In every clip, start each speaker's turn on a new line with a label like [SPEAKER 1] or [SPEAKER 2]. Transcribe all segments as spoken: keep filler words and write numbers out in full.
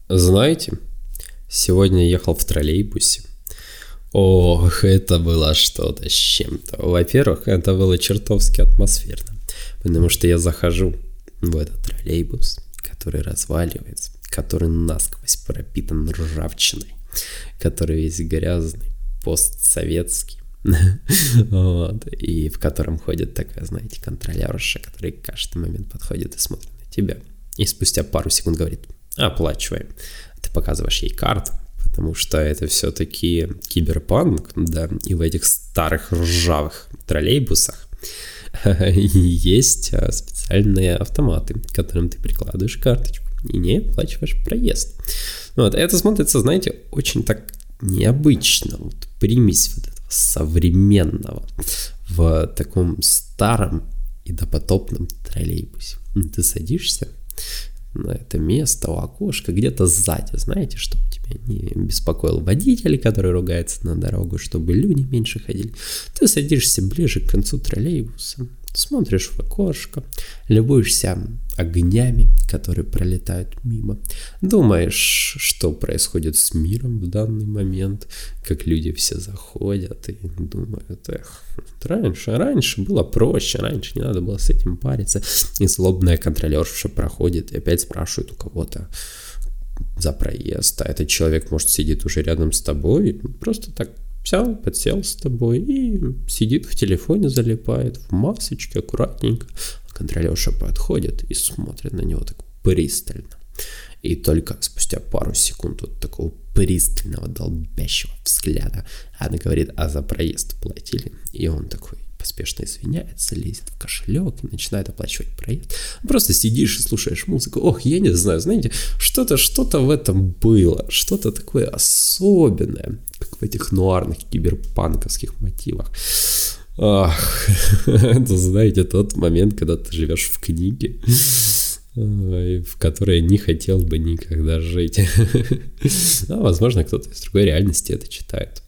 [SPEAKER 1] Знаете, сегодня ехал в троллейбусе. Ох, это было что-то с чем-то. Во-первых, это было чертовски атмосферно, потому что я захожу в этот троллейбус, который разваливается, который насквозь пропитан ржавчиной, который весь грязный, постсоветский. Вот, и в котором ходит такая, знаете, контролерша, которая каждый момент подходит и смотрит на тебя. И спустя пару секунд говорит: оплачиваем. Ты показываешь ей карту, потому что это все-таки киберпанк, да, и в этих старых ржавых троллейбусах есть специальные автоматы, к которым ты прикладываешь карточку и не оплачиваешь проезд. Вот, это смотрится, знаете, очень так необычно. Вот примесь вот этого современного в таком старом и допотопном троллейбусе. Ты садишься на это место у окошка, где-то сзади, знаете, чтобы тебя не беспокоил водитель, который ругается на дорогу, чтобы люди меньше ходили. Ты садишься ближе к концу троллейбуса, смотришь в окошко, любуешься огнями, которые пролетают мимо, думаешь, что происходит с миром в данный момент, как люди все заходят и думают: эх, раньше, раньше было проще, раньше не надо было с этим париться. И злобная контролерша проходит и опять спрашивает у кого-то за проезд, а этот человек, может, сидит уже рядом с тобой, просто так взял, подсел с тобой и сидит в телефоне, залипает в масочке аккуратненько. Контролерша подходит и смотрит на него так пристально. И только спустя пару секунд вот такого пристального, долбящего взгляда она говорит: а за проезд платили? И он такой поспешно извиняется, лезет в кошелек и начинает оплачивать проезд. Просто сидишь и слушаешь музыку. Ох, я не знаю, знаете, что-то, что-то в этом было, что-то такое особенное, как в этих нуарных киберпанковских мотивах. Ах, это, знаете, тот момент, когда ты живешь в книге, в которой не хотел бы никогда жить. А возможно, кто-то из другой реальности это читает.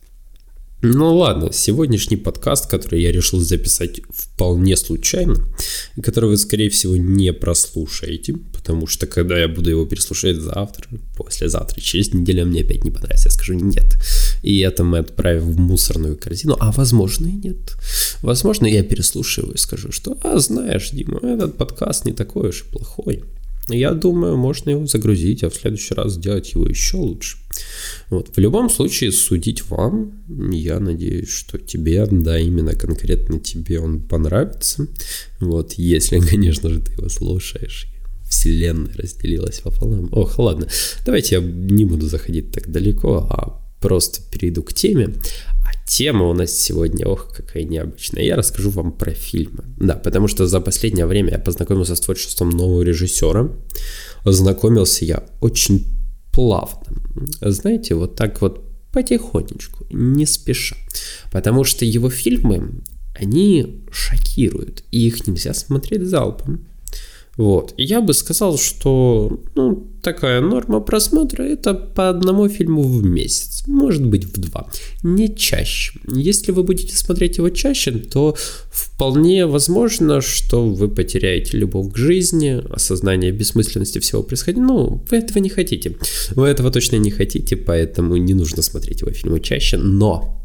[SPEAKER 1] Ну ладно, сегодняшний подкаст, который я решил записать вполне случайно, и который вы, скорее всего, не прослушаете, потому что когда я буду его переслушать завтра, послезавтра, через неделю, мне опять не понравится, я скажу нет. И это мы отправим в мусорную корзину, а возможно и нет. Возможно, я переслушаю его и скажу, что, а знаешь, Дима, этот подкаст не такой уж и плохой. Я думаю, можно его загрузить, а в следующий раз сделать его еще лучше. Вот. В любом случае, судить вам. Я надеюсь, что тебе, да, именно конкретно тебе он понравится. Вот, если, конечно же, ты его слушаешь. Вселенная разделилась пополам. Ох, ладно, давайте я не буду заходить так далеко, а просто перейду к теме. Тема у нас сегодня, ох, какая необычная. Я расскажу вам про фильмы. Да, потому что за последнее время я познакомился с творчеством нового режиссера. Знакомился я очень плавно. Знаете, вот так вот потихонечку, не спеша. Потому что его фильмы, они шокируют. И их нельзя смотреть залпом. Вот. И я бы сказал, что ну, такая норма просмотра — это по одному фильму в месяц, может быть в два, не чаще. Если вы будете смотреть его чаще, то вполне возможно, что вы потеряете любовь к жизни, осознание бессмысленности всего происходящего. Ну, вы этого не хотите. Вы этого точно не хотите, поэтому не нужно смотреть его фильмы чаще, но,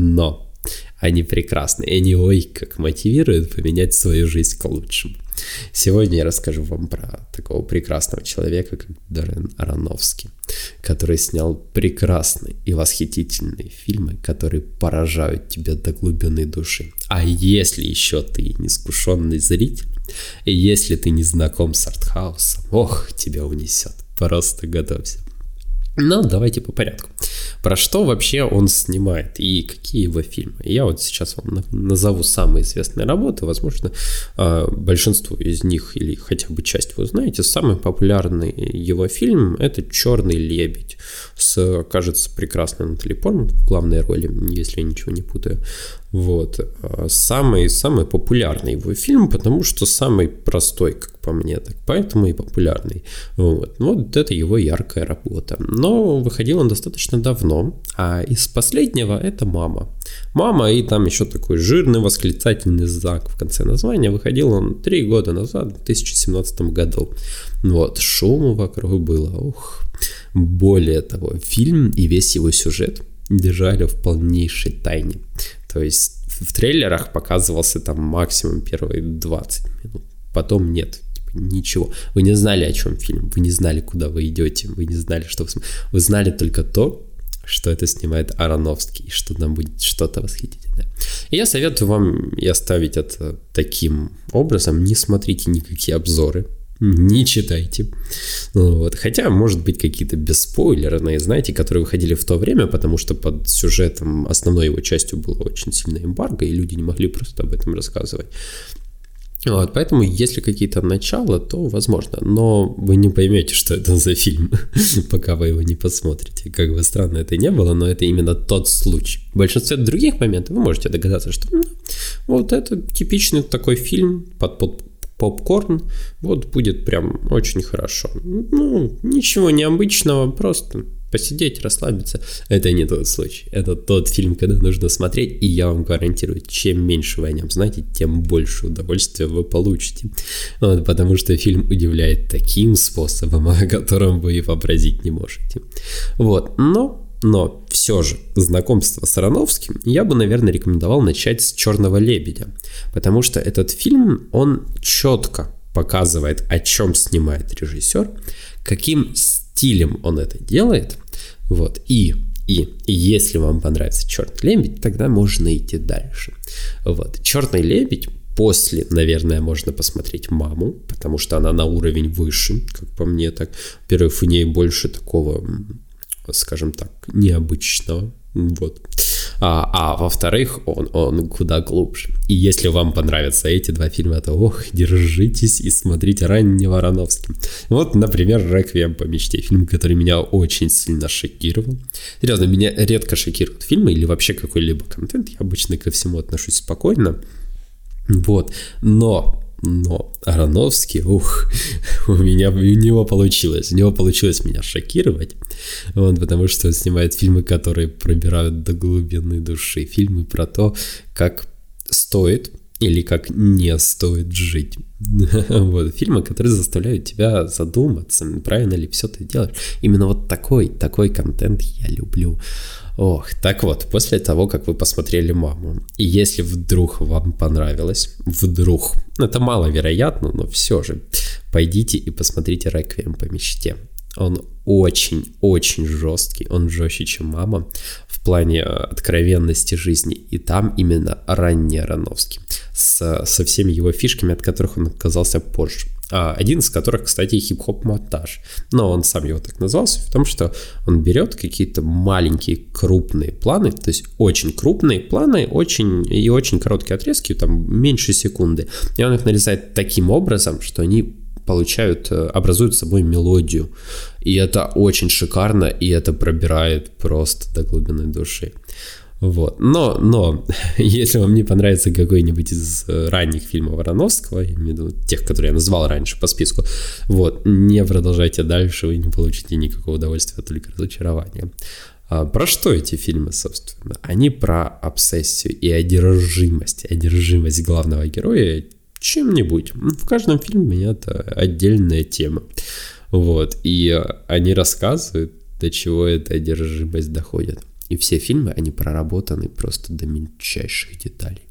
[SPEAKER 1] но они прекрасны, и они ой как мотивируют поменять свою жизнь к лучшему. Сегодня я расскажу вам про такого прекрасного человека, как Даррен Аронофски, который снял прекрасные и восхитительные фильмы, которые поражают тебя до глубины души. А если еще ты неискушенный зритель, и если ты не знаком с артхаусом, ох, тебя унесет, просто готовься. Но давайте по порядку. Про что вообще он снимает и какие его фильмы? Я вот сейчас вам назову самые известные работы. Возможно, большинство из них или хотя бы часть вы знаете. Самый популярный его фильм — это «Черный лебедь» с, кажется, прекрасной Натали Портман в главной роли, если я ничего не путаю. Вот. Самый, самый популярный его фильм, потому что самый простой, как по мне, так поэтому и популярный. Вот. Вот это его яркая работа. Но выходил он достаточно давно. давно, а из последнего это «Мама». «Мама» и там еще такой жирный восклицательный знак в конце названия. Выходил он три года назад, в две тысячи семнадцатом году. Вот, шуму вокруг было, ух. Более того, фильм и весь его сюжет держали в полнейшей тайне. То есть в трейлерах показывался там максимум первые двадцать минут, потом нет. Ничего. Вы не знали, о чем фильм, вы не знали, куда вы идете, вы не знали, что вы... Вы знали только то, что это снимает Аронофский, и что там будет что-то восхитительное. И я советую вам и оставить это таким образом. Не смотрите никакие обзоры, не читайте. Вот. Хотя, может быть, какие-то бесспойлерные, знаете, которые выходили в то время, потому что под сюжетом основной его частью было очень сильное эмбарго, и люди не могли просто об этом рассказывать. Вот, поэтому, если какие-то начала, то возможно, но вы не поймете, что это за фильм, пока вы его не посмотрите. Как бы странно это не было, но это именно тот случай. В большинстве других моментов вы можете догадаться, что ну, вот это типичный такой фильм под, под попкорн, вот будет прям очень хорошо. Ну, ничего необычного, просто посидеть, расслабиться. Это не тот случай. Это тот фильм, когда нужно смотреть, и я вам гарантирую, чем меньше вы о нем знаете, тем больше удовольствия вы получите. Вот, потому что фильм удивляет таким способом, о котором вы и вообразить не можете. Вот, но, но все же знакомство с Аронофским я бы, наверное, рекомендовал начать с «Черного лебедя», потому что этот фильм, он четко показывает, о чем снимает режиссер, каким стилем он это делает, вот, и, и, и если вам понравится «Черный лебедь», тогда можно идти дальше, вот, «Черный лебедь», после, наверное, можно посмотреть «Маму», потому что она на уровень выше, как по мне, так, во-первых, в ней больше такого, скажем так, необычного, вот, а, а во-вторых, он, он куда глубже. И если вам понравятся эти два фильма, то ох, держитесь и смотрите раннего Аронофским. Вот, например, «Реквием по мечте», фильм, который меня очень сильно шокировал. Серьезно, меня редко шокируют фильмы или вообще какой-либо контент, я обычно ко всему отношусь спокойно, вот, но... Но Аронофский, ух, у меня, у него получилось, у него получилось меня шокировать, вот, потому что он снимает фильмы, которые пробирают до глубины души, фильмы про то, как стоит или как не стоит жить, вот, фильмы, которые заставляют тебя задуматься, правильно ли все ты делаешь, именно вот такой, такой контент я люблю. Ох, так вот, после того, как вы посмотрели «Маму», и если вдруг вам понравилось, вдруг, это маловероятно, но все же, пойдите и посмотрите «Реквием по мечте». Он очень-очень жесткий, он жестче, чем «Мама» в плане откровенности жизни, и там именно ранний Аронофский, с, со всеми его фишками, от которых он отказался позже. А, один из которых, кстати, хип-хоп-монтаж. Но он сам его так назвал, в том, что он берет какие-то маленькие крупные планы, то есть очень крупные планы, очень и очень короткие отрезки, там меньше секунды. И он их нарезает таким образом, что они получают, образуют собой мелодию. И это очень шикарно, и это пробирает просто до глубины души. Вот. Но, но, если вам не понравится какой-нибудь из ранних фильмов Аронофского, я имею в виду тех, которые я назвал раньше по списку, вот, не продолжайте дальше, вы не получите никакого удовольствия, только разочарования. А про что эти фильмы, собственно? Они про обсессию и одержимость, одержимость главного героя чем-нибудь. В каждом фильме это отдельная тема. Вот, и они рассказывают, до чего эта одержимость доходит. И все фильмы, они проработаны просто до мельчайших деталей.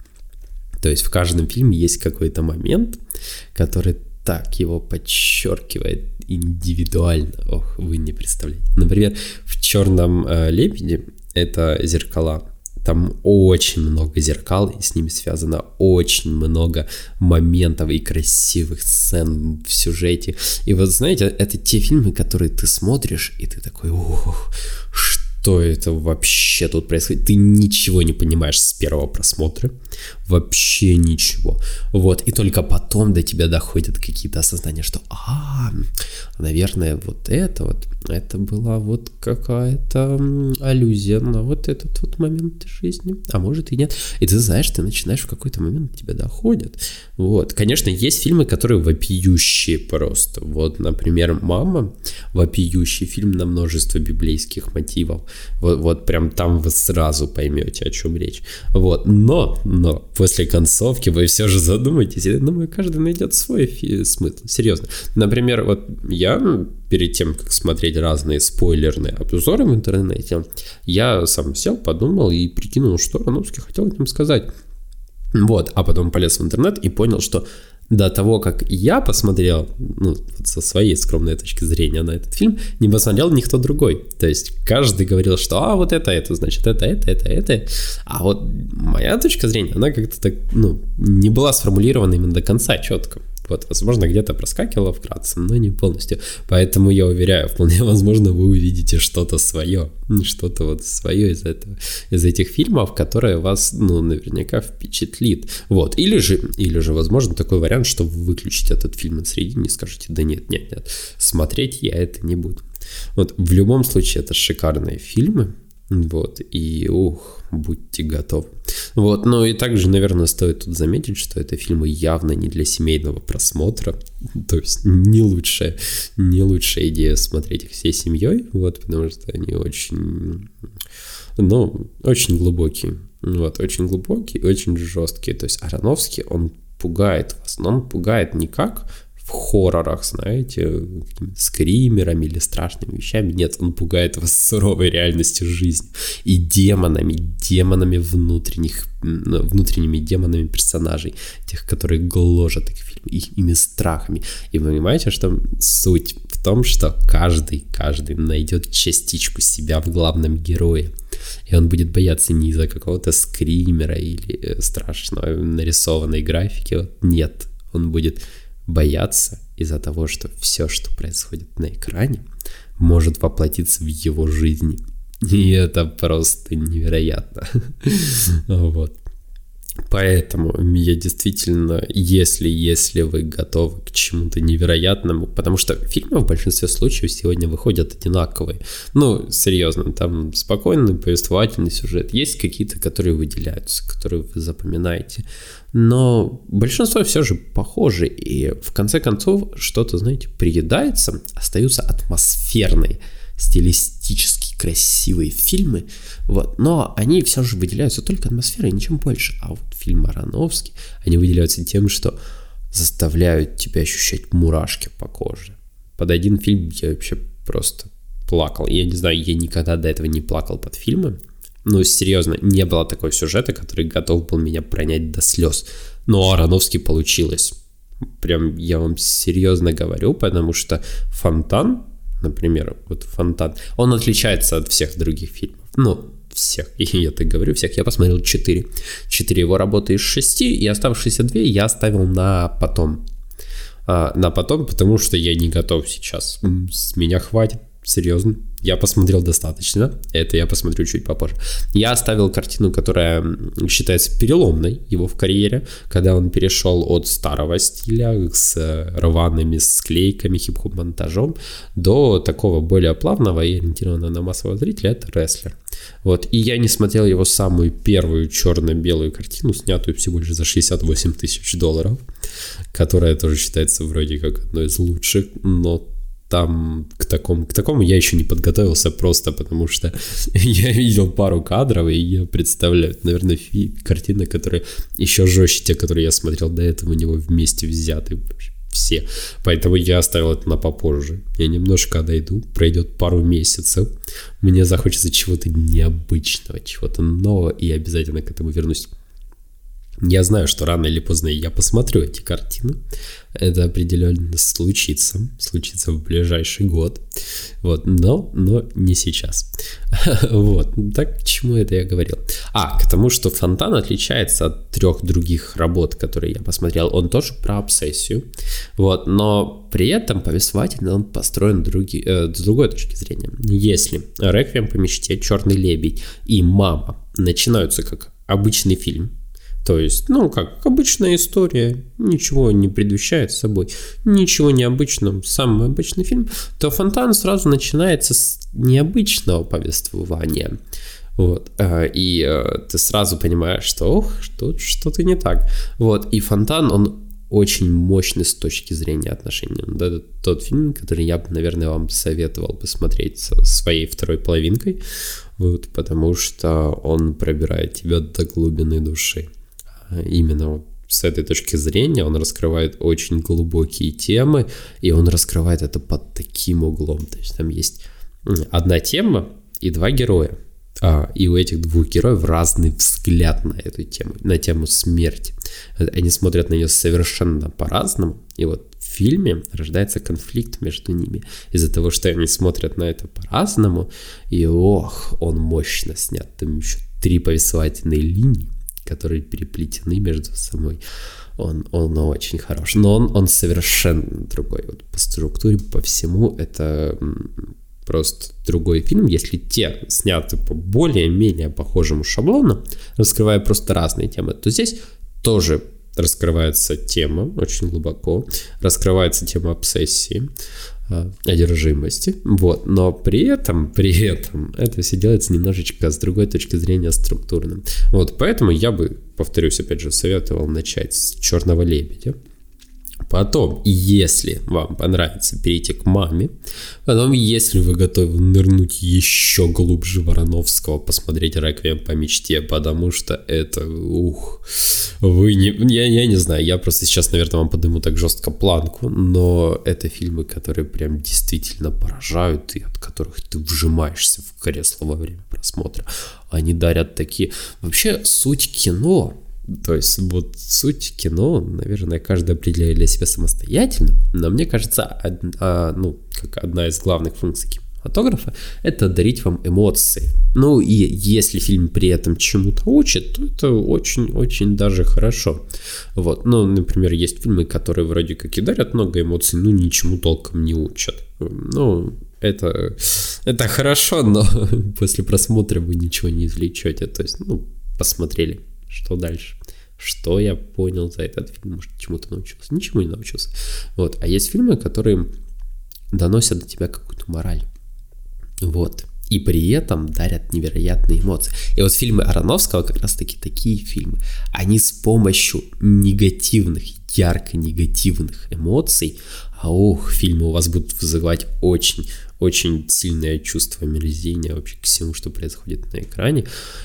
[SPEAKER 1] То есть в каждом фильме есть какой-то момент, который так его подчеркивает индивидуально. Ох, вы не представляете. Например, в «Черном э, лебеде» это зеркала. Там очень много зеркал, и с ними связано очень много моментов и красивых сцен в сюжете. И вот знаете, это те фильмы, которые ты смотришь, и ты такой, ух, что что это вообще тут происходит? Ты ничего не понимаешь с первого просмотра. Вообще ничего. Вот. И только потом до тебя доходят какие-то осознания, что, а, наверное, вот это вот. это была вот какая-то аллюзия на вот этот вот момент жизни, а может и нет. И ты знаешь, ты начинаешь в какой-то момент, тебя доходит. Вот, конечно, есть фильмы, которые вопиющие просто. Вот, например, «Мама», вопиющий фильм на множество библейских мотивов. Вот, вот прям там вы сразу поймете, о чем речь. Вот, но, но после концовки вы все же задумаетесь, и, думаю, каждый найдет свой фи- смысл. Серьезно. Например, вот я перед тем, как смотреть разные спойлерные обзоры в интернете, я сам сел, подумал и прикинул, что Аронофски хотел этим сказать. Вот, а потом полез в интернет и понял, что до того, как я посмотрел, ну, вот со своей скромной точки зрения на этот фильм, не посмотрел никто другой. То есть каждый говорил, что а, вот это, это, значит, это, это, это, это. А вот моя точка зрения, она как-то так, ну, не была сформулирована именно до конца четко. Вот, возможно, где-то проскакивало вкратце, но не полностью. Поэтому я уверяю, вполне возможно, вы увидите что-то свое, что-то вот свое из этого, из этих фильмов, которое вас, ну, наверняка впечатлит. Вот, или же, или же, возможно, такой вариант, что вы выключите этот фильм на середине и скажете, да нет, нет, нет, смотреть я это не буду. Вот, в любом случае, это шикарные фильмы. Вот, и ух, будьте готовы. Вот, ну и также, наверное, стоит тут заметить, что это фильмы явно не для семейного просмотра. То есть не лучшая, не лучшая идея смотреть их всей семьей, вот, потому что они очень, ну, очень глубокие. Вот, очень глубокие, очень жесткие. То есть Аронофски, он пугает вас, но он пугает не как в хоррорах, знаете, скримерами или страшными вещами. Нет, он пугает вас суровой реальностью жизни и демонами, демонами внутренних, внутренними демонами персонажей, тех, которые гложат их фильм, их, ими страхами. И вы понимаете, что суть в том, что каждый, каждый найдет частичку себя в главном герое. И он будет бояться не из-за какого-то скримера или страшной нарисованной графики. Вот, нет, он будет бояться из-за того, что все, что происходит на экране, может воплотиться в его жизни. И это просто невероятно. Вот. Поэтому я действительно, если, если вы готовы к чему-то невероятному, потому что фильмы в большинстве случаев сегодня выходят одинаковые. Ну, серьезно, там спокойный повествовательный сюжет. Есть какие-то, которые выделяются, которые вы запоминаете. Но большинство все же похожи. И в конце концов что-то, знаете, приедается, остаются атмосферные, стилистически красивые фильмы, вот, но они все же выделяются только атмосферой, ничем больше. А вот фильмы Аронофски, они выделяются тем, что заставляют тебя ощущать мурашки по коже. Под один фильм я вообще просто плакал. Я не знаю, я никогда до этого не плакал под фильмом. Ну, серьезно, не было такого сюжета, который готов был меня пронять до слез. Но у Аронофски получилось. Прям я вам серьезно говорю, потому что «Фонтан», например, вот «Фонтан», он отличается от всех других фильмов. Ну, всех, и я так говорю, всех. Я посмотрел четыре. Четыре его работы из шести, и оставшиеся две я оставил на потом. А, на потом, потому что я не готов сейчас. С меня хватит, серьезно. Я посмотрел достаточно, это я посмотрю чуть попозже. Я оставил картину, которая считается переломной его в карьере, когда он перешел от старого стиля с рваными склейками, хип-хоп монтажом до такого более плавного и ориентированного на массового зрителя, это «Рестлер». Вот. И я не смотрел его самую первую черно-белую картину, снятую всего лишь за шестьдесят восемь тысяч долларов, которая тоже считается вроде как одной из лучших, но там к такому, к такому я еще не подготовился просто потому, что я видел пару кадров, и я представляю, наверное, фи- картины, которые еще жестче те, которые я смотрел до этого, у него вместе взяты все. Поэтому я оставил это на попозже. Я немножко дойду, пройдет пару месяцев, мне захочется чего-то необычного, чего-то нового, и обязательно к этому вернусь. Я знаю, что рано или поздно я посмотрю эти картины. Это определенно случится. Случится в ближайший год. Вот, но, но не сейчас. Вот, так к чему это я говорил? А, к тому, что «Фонтан» отличается от трех других работ, которые я посмотрел. Он тоже про обсессию. Вот, но при этом повествовательно он построен други, э, с другой точки зрения. Если «Реквием по мечте», «Черный лебедь» и «Мама» начинаются как обычный фильм, То есть, ну, как обычная история, ничего не предвещает собой, ничего необычного, самый обычный фильм, то «Фонтан» сразу начинается с необычного повествования. Вот, и ты сразу понимаешь, что, ох, что, что-то не так. Вот, и «Фонтан», он очень мощный с точки зрения отношений. Это тот фильм, который я бы, наверное, вам советовал посмотреть со своей второй половинкой, вот, потому что он пробирает тебя до глубины души. Именно вот с этой точки зрения он раскрывает очень глубокие темы, и он раскрывает это под таким углом. То есть там есть одна тема и два героя. А, и у этих двух героев разный взгляд на эту тему, на тему смерти. Они смотрят на нее совершенно по-разному. И вот в фильме рождается конфликт между ними из-за того, что они смотрят на это по-разному. И ох, он мощно снят. Там еще три повествовательные линии, которые переплетены между собой. Он, он очень хорош. Но он, он совершенно другой. Вот по структуре, по всему это просто другой фильм. Если те сняты по более-менее похожему шаблону, раскрывая просто разные темы, то здесь тоже раскрывается тема очень глубоко, раскрывается тема обсессии, одержимости, вот, но при этом, при этом это все делается немножечко с другой точки зрения структурно. Вот, поэтому я бы, повторюсь, опять же, советовал начать с «Черного лебедя». Потом, если вам понравится, перейти к «Маме». Потом, если вы готовы нырнуть еще глубже в Аронофского, посмотреть «Реквием по мечте», потому что это, ух, вы не... Я, я не знаю, я просто сейчас, наверное, вам подниму так жестко планку, но это фильмы, которые прям действительно поражают и от которых ты вжимаешься в кресло во время просмотра. Они дарят такие... Вообще, суть кино... То есть вот суть кино, наверное, каждый определяет для себя самостоятельно, но мне кажется, од, а, ну, как одна из главных функций кинематографа — это дарить вам эмоции. Ну и если фильм при этом чему-то учит, то это очень-очень даже хорошо. Вот, ну, например, есть фильмы, которые вроде как и дарят много эмоций, но ничему толком не учат. Ну, это, это хорошо, но после просмотра вы ничего не извлечете. То есть, ну, посмотрели. Что дальше? Что я понял за этот фильм? Может, чему-то научился? Ничему не научился. Вот. А есть фильмы, которые доносят до тебя какую-то мораль. Вот. И при этом дарят невероятные эмоции. И вот фильмы Аронофского как раз-таки такие фильмы. Они с помощью негативных, ярко негативных эмоций, а ух, фильмы у вас будут вызывать очень, очень сильное чувство омерзения вообще к всему, что происходит на экране.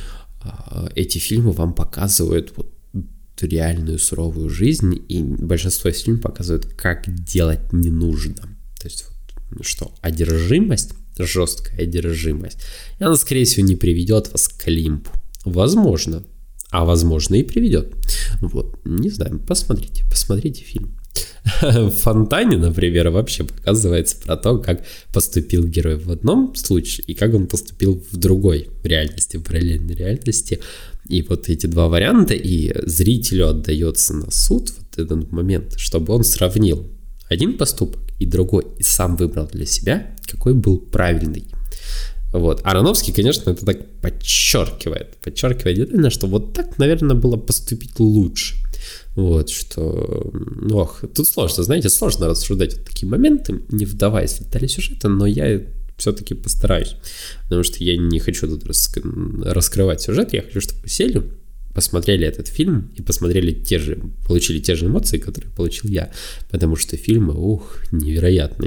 [SPEAKER 1] Эти фильмы вам показывают вот реальную суровую жизнь, и большинство из фильмов показывают, как делать не нужно. То есть, вот, что одержимость, жесткая одержимость, и она, скорее всего, не приведет вас к Олимпу. Возможно, а возможно и приведет. Вот, не знаю, посмотрите, посмотрите фильм. В «Фонтане», например, вообще показывается про то, как поступил герой в одном случае и как он поступил в другой реальности, в параллельной реальности. И вот эти два варианта, и зрителю отдается на суд вот этот момент, чтобы он сравнил один поступок и другой, и сам выбрал для себя, какой был правильный. Вот. Аронофский, конечно, это так подчеркивает, подчеркивает детально, что вот так, наверное, было поступить лучше. Вот, что, ох, тут сложно, знаете, сложно рассуждать вот такие моменты, не вдаваясь в детали сюжета, но я все-таки постараюсь, потому что я не хочу тут рас- раскрывать сюжет, я хочу, чтобы вы сели, посмотрели этот фильм и посмотрели те же, получили те же эмоции, которые получил я, потому что фильмы, ух, невероятные.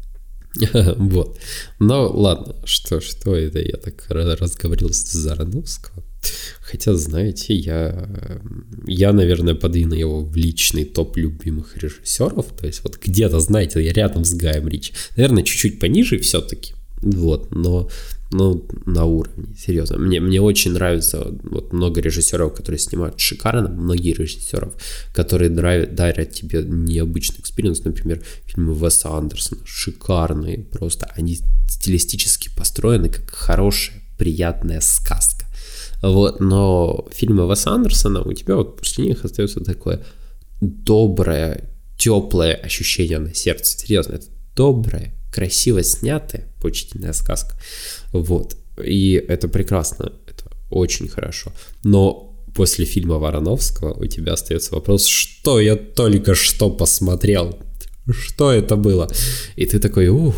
[SPEAKER 1] Вот. Но ладно, что, что это я так разговорился за Аронофского. Хотя, знаете, я, я, наверное, подвину его в личный топ любимых режиссеров. То есть вот где-то, знаете, я рядом с Гаем Ричи. Наверное, чуть-чуть пониже все-таки. Вот, но, но на уровне, серьезно. Мне, мне очень нравится вот много режиссеров, которые снимают шикарно, многие режиссеров, которые дарят, дарят тебе необычный экспириенс. Например, фильмы Уэса Андерсона шикарные просто. Они стилистически построены как хорошая, приятная сказка. Вот, но фильмы Уэса Андерсона, у тебя вот после них остается такое доброе, теплое ощущение на сердце. Серьезно, это доброе, красиво снятая, почтенная сказка. Вот. И это прекрасно, это очень хорошо. Но после фильма Вороновского у тебя остается вопрос, что я только что посмотрел, что это было? И ты такой, ух,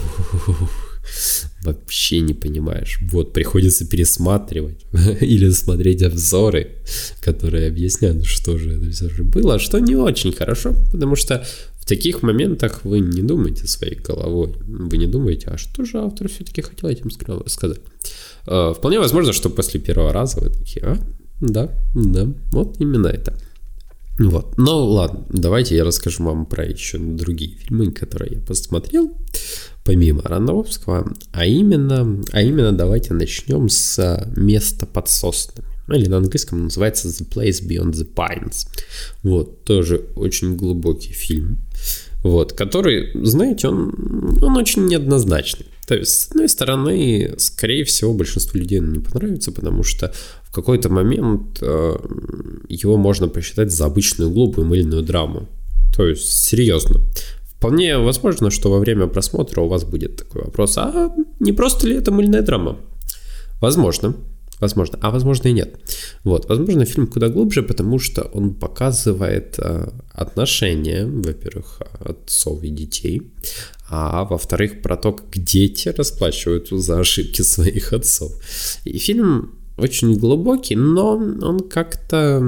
[SPEAKER 1] вообще не понимаешь. Вот, приходится пересматривать или смотреть обзоры, которые объясняют, что же это все же было, что не очень хорошо, потому что в таких моментах вы не думаете своей головой, вы не думаете, а что же автор все-таки хотел этим сказать. Вполне возможно, что после первого раза вы такие, а, да, да, вот именно это. Вот, ну ладно, давайте я расскажу вам про еще другие фильмы, которые я посмотрел, помимо Аронофского, а именно, а именно давайте начнем с «Места под соснами», или на английском называется «The Place Beyond the Pines». Вот, тоже очень глубокий фильм, вот, который, знаете, он, он очень неоднозначный. То есть, с одной стороны, скорее всего, большинству людей он не понравится, потому что в какой-то момент э, его можно посчитать за обычную глупую мыльную драму. То есть, серьезно. Вполне возможно, что во время просмотра у вас будет такой вопрос, а не просто ли это мыльная драма? Возможно. Возможно, а возможно и нет. Вот, возможно, фильм куда глубже, потому что он показывает э, отношения, во-первых, отцов и детей, а во-вторых, про то, как дети расплачиваются за ошибки своих отцов. И фильм очень глубокий, но он как-то,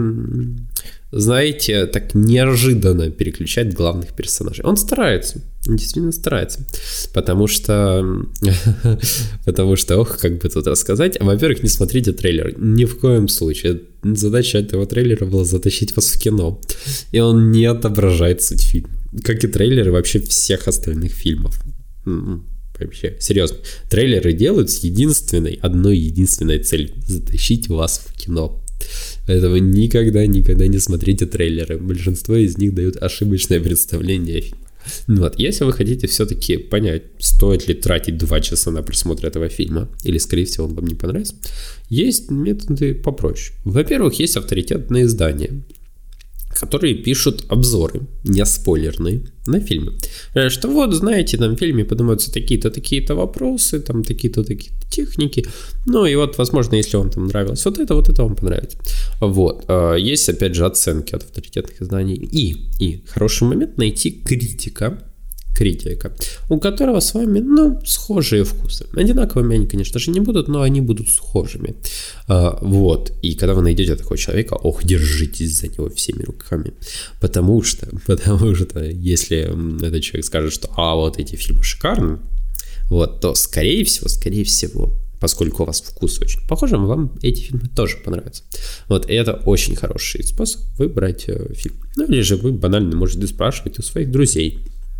[SPEAKER 1] знаете, так неожиданно переключает главных персонажей. Он старается, он действительно старается, потому что, потому что, ох, как бы тут рассказать. Во-первых, не смотрите трейлер, ни в коем случае. Задача этого трейлера была затащить вас в кино, и он не отображает суть фильма, как и трейлеры вообще всех остальных фильмов. Вообще, серьезно. Трейлеры делают с единственной, одной единственной целью – затащить вас в кино. Поэтому никогда, никогда не смотрите трейлеры. Большинство из них дают ошибочное представление о фильме. Вот. Если вы хотите все-таки понять, стоит ли тратить два часа на просмотр этого фильма, или, скорее всего, он вам не понравится, есть методы попроще. Во-первых, есть авторитетные издания, которые пишут обзоры, не спойлерные, на фильмы. Что вот, знаете, там в фильме поднимаются такие-то, такие-то вопросы, там такие-то, такие-то техники. Ну и вот, возможно, если вам там нравилось вот это, вот это вам понравится. Вот. Есть, опять же, оценки от авторитетных изданий. И, и хороший момент найти критика, критика, у которого с вами, ну, схожие вкусы. Одинаковыми они, конечно же, не будут, но они будут схожими. А, вот. И когда вы найдете такого человека, ох, держитесь за него всеми руками. Потому что, потому что, если этот человек скажет, что а, вот эти фильмы шикарны, вот, то, скорее всего, скорее всего, поскольку у вас вкус очень похожи, вам эти фильмы тоже понравятся. Вот, и это очень хороший способ выбрать э, фильм. Ну, или же вы банально можете спрашивать у своих друзей,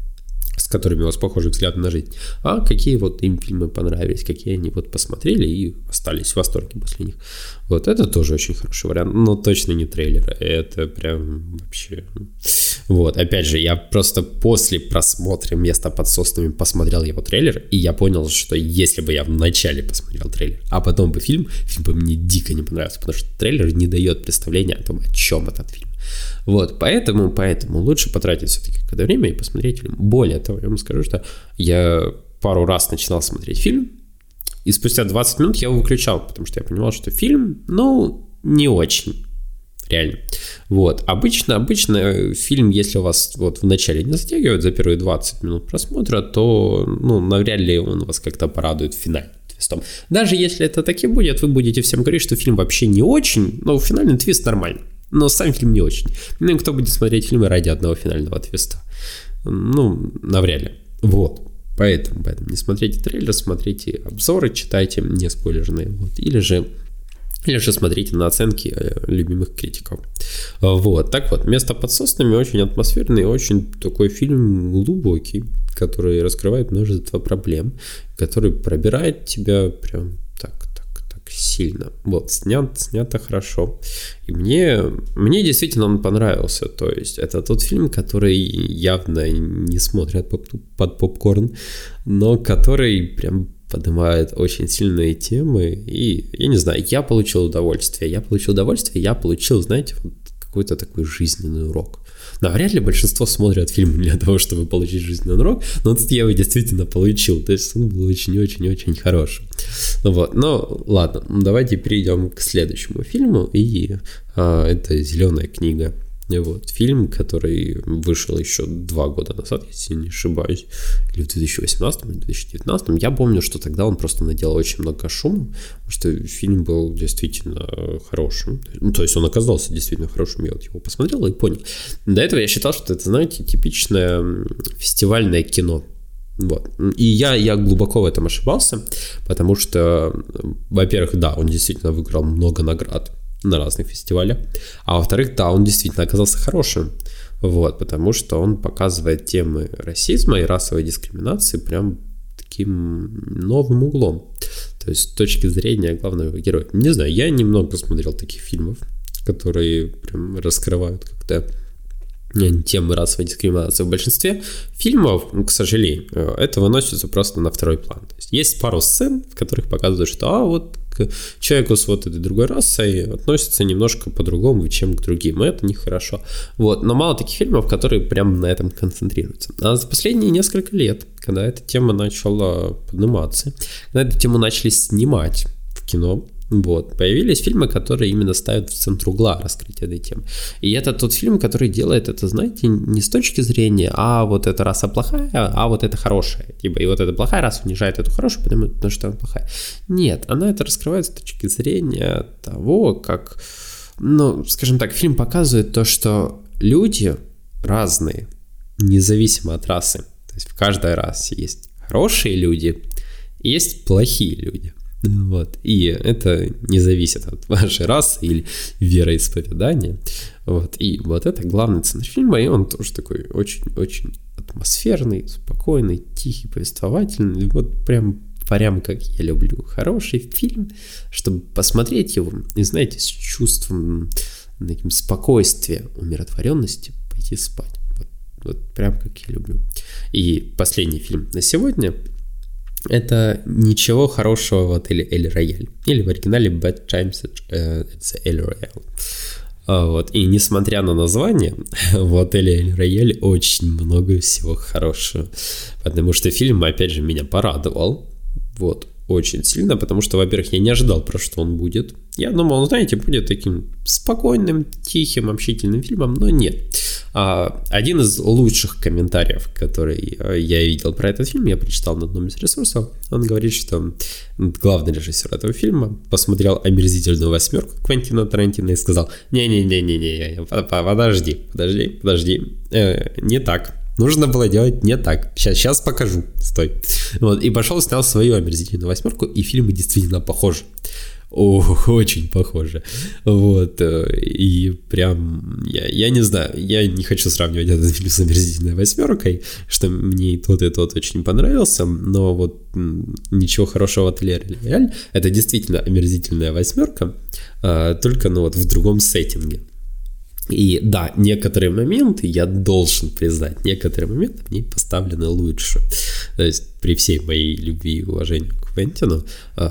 [SPEAKER 1] с которыми у вас похожий взгляд на жизнь, а какие вот им фильмы понравились, какие они вот посмотрели и остались в восторге после них. Вот это тоже очень хороший вариант, но точно не трейлеры, это прям вообще... Вот, опять же, я просто после просмотра «Места под соснами» посмотрел его трейлер, и я понял, что если бы я вначале посмотрел трейлер, а потом бы фильм, фильм бы мне дико не понравился, потому что трейлер не дает представления о том, о чем этот фильм. Вот, поэтому, поэтому лучше потратить все-таки какое-то время и посмотреть фильм. Более того, я вам скажу, что я пару раз начинал смотреть фильм, и спустя двадцать минут я его выключал, потому что я понимал, что фильм, ну, не очень. Реально. Вот. Обычно, обычно фильм, если у вас вот в начале не затягивает за первые двадцать минут просмотра, то, ну, навряд ли он вас как-то порадует в финале твистом. Даже если это таки будет, вы будете всем говорить, что фильм вообще не очень, но финальный твист нормальный. Но сам фильм не очень. Ну, кто будет смотреть фильмы ради одного финального твиста? Ну, навряд ли. Вот. Поэтому, поэтому не смотрите трейлер, смотрите обзоры, читайте не спойлерные. Вот. Или же Или же смотрите на оценки любимых критиков. Вот. Так вот, «Место под соснами» очень атмосферный, очень такой фильм глубокий, который раскрывает множество проблем, который пробирает тебя прям так, так, так сильно. Вот, снят, снято хорошо. И мне, мне действительно он понравился. То есть, это тот фильм, который явно не смотрят под, под попкорн, но который прям поднимает очень сильные темы, и, я не знаю, я получил удовольствие, я получил удовольствие, я получил, знаете, вот какой-то такой жизненный урок. Навряд ли большинство смотрят фильм для того, чтобы получить жизненный урок, но тут я его действительно получил, то есть он был очень-очень-очень хороший. Ну вот, ну ладно, давайте перейдем к следующему фильму, и а, это «Зеленая книга». Вот, фильм, который вышел еще два года назад, если не ошибаюсь, или в две тысячи восемнадцатом, или две тысячи девятнадцатом. Я помню, что тогда он просто наделал очень много шума, потому что фильм был действительно хорошим. Ну, то есть он оказался действительно хорошим, я вот его посмотрел и понял. До этого я считал, что это, знаете, типичное фестивальное кино. Вот. И я, я глубоко в этом ошибался, потому что, во-первых, да, он действительно выиграл много наград на разных фестивалях, а во-вторых, да, он действительно оказался хорошим, вот, потому что он показывает темы расизма и расовой дискриминации прям таким новым углом, то есть с точки зрения главного героя. Не знаю, я немного смотрел таких фильмов, которые прям раскрывают как-то темы расовой дискриминации. В большинстве фильмов, к сожалению, это выносится просто на второй план. То есть, есть пару сцен, в которых показывают, что а вот к человеку с вот этой другой расой относятся немножко по-другому, чем к другим, и это нехорошо. Вот. Но мало таких фильмов, которые прям на этом концентрируются. А за последние несколько лет, когда эта тема начала подниматься, когда эту тему начали снимать в кино, вот, появились фильмы, которые именно ставят в центр угла раскрытия этой темы. И это тот фильм, который делает это, знаете, не с точки зрения, а вот эта раса плохая, а вот эта хорошая. Типа, и вот эта плохая раса унижает эту хорошую, потому, потому что она плохая. Нет, она это раскрывает с точки зрения того, как, ну, скажем так, фильм показывает то, что люди разные, независимо от расы. То есть в каждой расе есть хорошие люди, и есть плохие люди. Вот. И это не зависит от вашей расы или вероисповедания. Вот. И вот это главный центр фильма, и он тоже такой очень-очень атмосферный, спокойный, тихий, повествовательный. Вот прям, прям как я люблю хороший фильм, чтобы посмотреть его и, знаете, с чувством таким спокойствия, умиротворенности пойти спать. Вот, вот прям как я люблю. И последний фильм на сегодня — это «Ничего хорошего в отеле Эль Рояль», или в оригинале «Bad Times at the El Royale». Вот. И несмотря на название, в отеле Эль Рояль очень много всего хорошего, потому что фильм, опять же, меня порадовал, вот, очень сильно, потому что, во-первых, я не ожидал, про что он будет. Я думал, он, знаете, будет таким спокойным, тихим, общительным фильмом, но нет. Один из лучших комментариев, который я видел про этот фильм, я прочитал на одном из ресурсов, он говорит, что главный режиссер этого фильма посмотрел «Омерзительную восьмерку» Квентина Тарантино и сказал: не-не-не-не-не, подожди, подожди, подожди, э, не так. Нужно было делать не так. Сейчас, сейчас покажу. Стой. Вот. И пошел, снял свою «Омерзительную восьмерку», и фильмы действительно похожи. Ох, очень похоже. Вот. И прям, я, я не знаю, я не хочу сравнивать этот фильм с «Омерзительной восьмеркой», что мне и тот, и тот очень понравился, но вот «Ничего хорошего в отеле Эль Рояль» — это действительно «Омерзительная восьмерка», только, ну, вот в другом сеттинге. И да, некоторые моменты, я должен признать, некоторые моменты в ней поставлены лучше. То есть при всей моей любви и уважении к Квентину,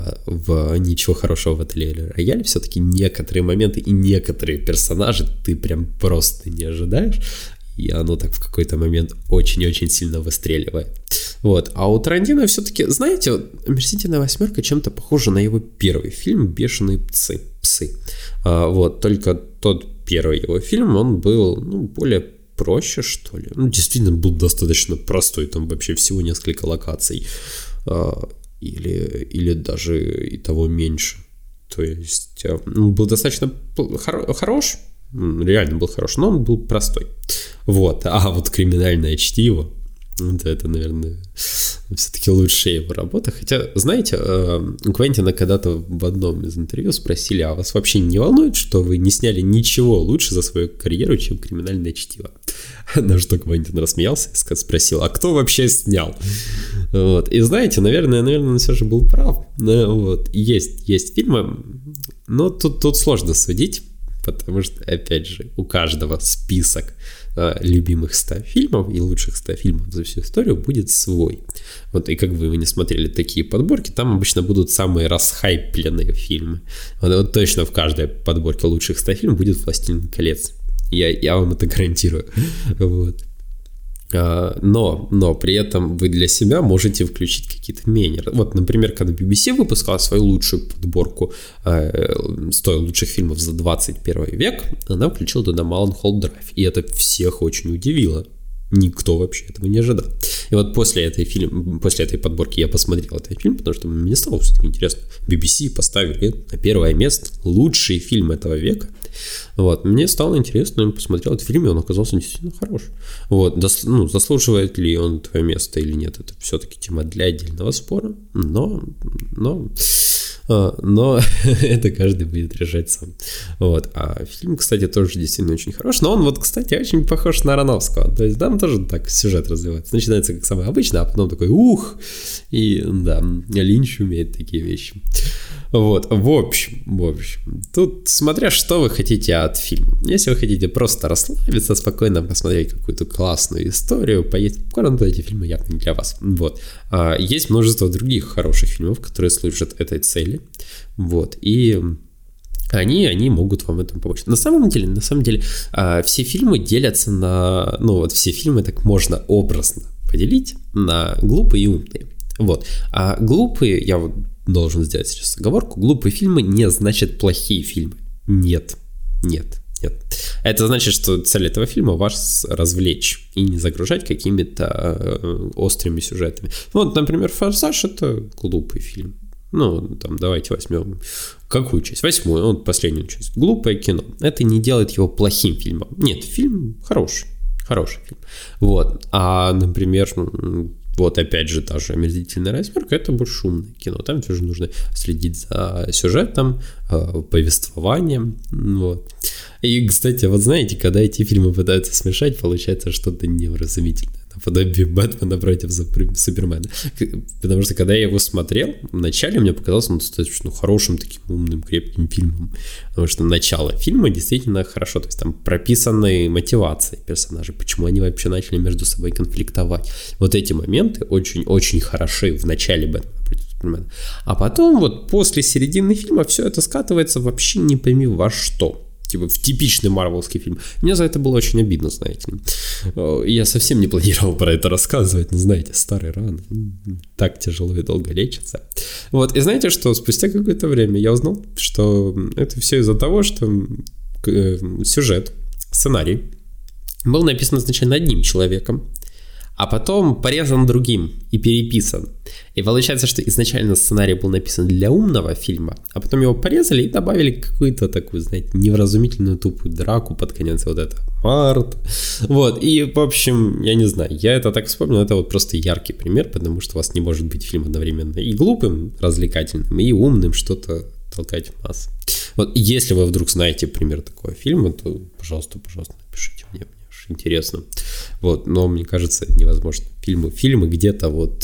[SPEAKER 1] в «Ничего хорошего в отеле Эль Рояль» все-таки некоторые моменты и некоторые персонажи ты прям просто не ожидаешь, и оно так в какой-то момент очень-очень сильно выстреливает. Вот. А у Тарантино все-таки, знаете, «Омерзительная восьмерка» чем-то похожа на его первый фильм «Бешеные псы». псы. А, вот, только тот первый его фильм, он был, ну, более проще, что ли. Ну, действительно, был достаточно простой, там вообще всего несколько локаций. А, или, или даже и того меньше. То есть, он был достаточно хоро- хорош, реально был хорош, но он был простой. Вот. А вот «Криминальное чтиво», вот это, наверное, все-таки лучшая его работа. Хотя, знаете, у Квентина когда-то в одном из интервью спросили: а вас вообще не волнует, что вы не сняли ничего лучше за свою карьеру, чем «Криминальное чтиво»? На что Квентин рассмеялся и спросил: а кто вообще снял? Вот. И знаете, наверное, наверное, он все же был прав. Вот. Есть, есть фильмы, но тут, тут сложно судить, потому что, опять же, у каждого список э, любимых ста фильмов и лучших ста фильмов за всю историю будет свой. Вот, и как вы не смотрели такие подборки, там обычно будут самые расхайпленные фильмы. Вот, вот точно в каждой подборке лучших ста фильмов будет «Властелин колец». Я, я вам это гарантирую. Вот. Но, но при этом вы для себя можете включить какие-то менее. Вот, например, когда би би си выпускала свою лучшую подборку э, сто лучших фильмов за двадцать первый век, она включила туда Mulholland Drive. И это всех очень удивило. Никто вообще этого не ожидал. И вот после этой, фильм, после этой подборки я посмотрел этот фильм, потому что мне стало все-таки интересно. би би си поставили на первое место лучший фильм этого века. Вот. Мне стало интересно, я посмотрел этот фильм, и он оказался действительно хорош. Вот. Дос, ну, заслуживает ли он твое место или нет, это все-таки тема для отдельного спора. Но, но, но это каждый будет решать сам. Вот. А фильм, кстати, тоже действительно очень хорош. Но он вот, кстати, очень похож на Аронофского. То есть там тоже так сюжет развивается. Начинается как самое обычное, а потом такой ух. И да, Линч умеет такие вещи. Вот, в общем, в общем, тут смотря что вы хотите от фильма. Если вы хотите просто расслабиться, спокойно посмотреть какую-то классную историю, поесть попкорн, то эти фильмы явно не для вас. Вот. А есть множество других хороших фильмов, которые служат этой цели. Вот, и они, они могут вам в этом помочь. На самом деле, на самом деле, все фильмы делятся на, ну вот все фильмы так можно образно поделить на глупые и умные. Вот. А глупые, я вот должен сделать сейчас оговорку, глупые фильмы не значит плохие фильмы. Нет, нет, нет. Это значит, что цель этого фильма вас развлечь и не загружать какими-то острыми сюжетами. Вот, например, «Форсаж» — это глупый фильм. Ну, там, давайте возьмем какую часть? Восьмую, вот последнюю часть. Глупое кино. Это не делает его плохим фильмом. Нет, фильм хороший, хороший фильм. Вот. А, например, вот опять же та же «Омерзительная восьмерка» — это больше умное кино. Там тоже нужно следить за сюжетом, повествованием. Вот. И, кстати, вот знаете, когда эти фильмы пытаются смешать, получается что-то невразумительное. Наподобие «Бэтмена против Супермена». Потому что когда я его смотрел, вначале мне показалось он достаточно хорошим, таким умным, крепким фильмом. Потому что начало фильма действительно хорошо. То есть там прописаны мотивации персонажей, почему они вообще начали между собой конфликтовать. Вот эти моменты очень-очень хороши в начале «Бэтмена против Супермена». А потом вот после середины фильма все это скатывается вообще не пойми во что. Типа в типичный марвелский фильм. Мне за это было очень обидно, знаете. Я совсем не планировал про это рассказывать, но знаете, старые раны так тяжело и долго лечатся. Вот, и знаете что, спустя какое-то время я узнал, что это все из-за того, что сюжет, сценарий был написан изначально одним человеком, а потом порезан другим и переписан. И получается, что изначально сценарий был написан для умного фильма, а потом его порезали и добавили какую-то такую, знаете, невразумительную тупую драку под конец. Вот это Март. Вот, и, в общем, я не знаю, я это так вспомнил, это вот просто яркий пример, потому что у вас не может быть фильм одновременно и глупым, развлекательным, и умным, что-то толкать в массу. Вот, если вы вдруг знаете пример такого фильма, то, пожалуйста, пожалуйста, напишите мне. Интересно. Вот, но мне кажется, это невозможно. Фильмы, фильмы где-то вот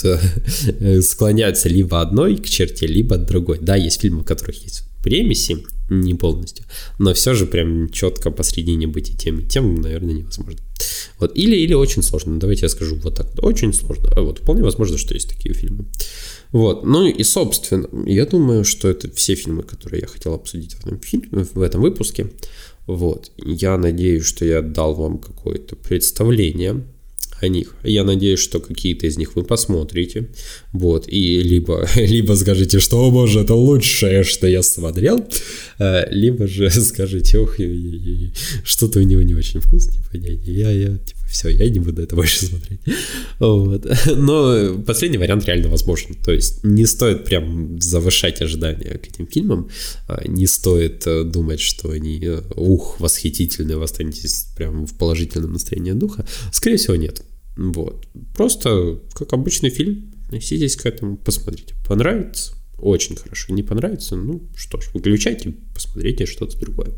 [SPEAKER 1] э, склоняются либо одной к черте, либо от другой. Да, есть фильмы, в которых есть премиси, не полностью, но все же прям четко посредине быть и тем, и тем, наверное, невозможно. Вот, или, или очень сложно. Давайте я скажу вот так. Очень сложно. А вот вполне возможно, что есть такие фильмы. Вот, ну и, собственно, я думаю, что это все фильмы, которые я хотел обсудить в этом, фильме, в этом выпуске. Вот, я надеюсь, что я дал вам какое-то представление о них. Я надеюсь, что какие-то из них вы посмотрите. Вот, и либо, либо скажете, что, о боже, это лучшее, что я смотрел, либо же скажете, ох, что-то у него не очень вкусно, типа, я, я, типа, все, я не буду это больше смотреть. Вот. Но последний вариант реально возможен. То есть не стоит прям завышать ожидания к этим фильмам, не стоит думать, что они, ух, восхитительные, вы останетесь прям в положительном настроении духа. Скорее всего, нет. Вот. Просто, как обычный фильм, относитесь к этому, посмотрите. Понравится? Очень хорошо. Не понравится? Ну что ж, выключайте, посмотрите что-то другое.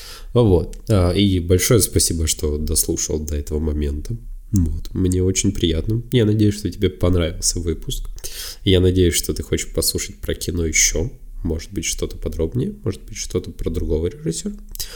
[SPEAKER 1] Вот. И большое спасибо, что дослушал до этого момента. Вот. Мне очень приятно. Я надеюсь, что тебе понравился выпуск. Я надеюсь, что ты хочешь послушать про кино еще. Может быть, что-то подробнее, может быть, что-то про другого режиссера.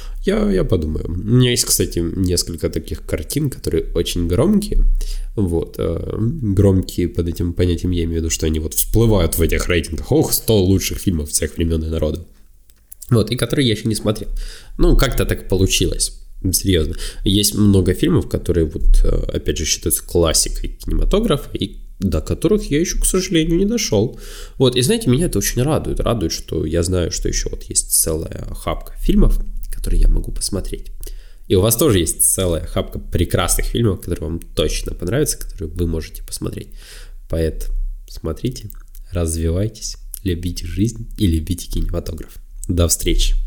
[SPEAKER 1] Я, я подумаю. У меня есть, кстати, несколько таких картин, которые очень громкие. Вот. Громкие под этим понятием я имею в виду, что они вот всплывают в этих рейтингах. Ох, сто лучших фильмов всех времен и народов. Вот, и которые я еще не смотрел. Ну, как-то так получилось. Серьезно. Есть много фильмов, которые вот, опять же, считаются классикой кинематографа, и до которых я еще, к сожалению, не дошел. Вот, и знаете, меня это очень радует. Радует, что я знаю, что еще вот есть целая охапка фильмов, которые я могу посмотреть. И у вас тоже есть целая охапка прекрасных фильмов, которые вам точно понравятся, которые вы можете посмотреть. Поэтому смотрите, развивайтесь, любите жизнь и любите кинематограф. До встречи!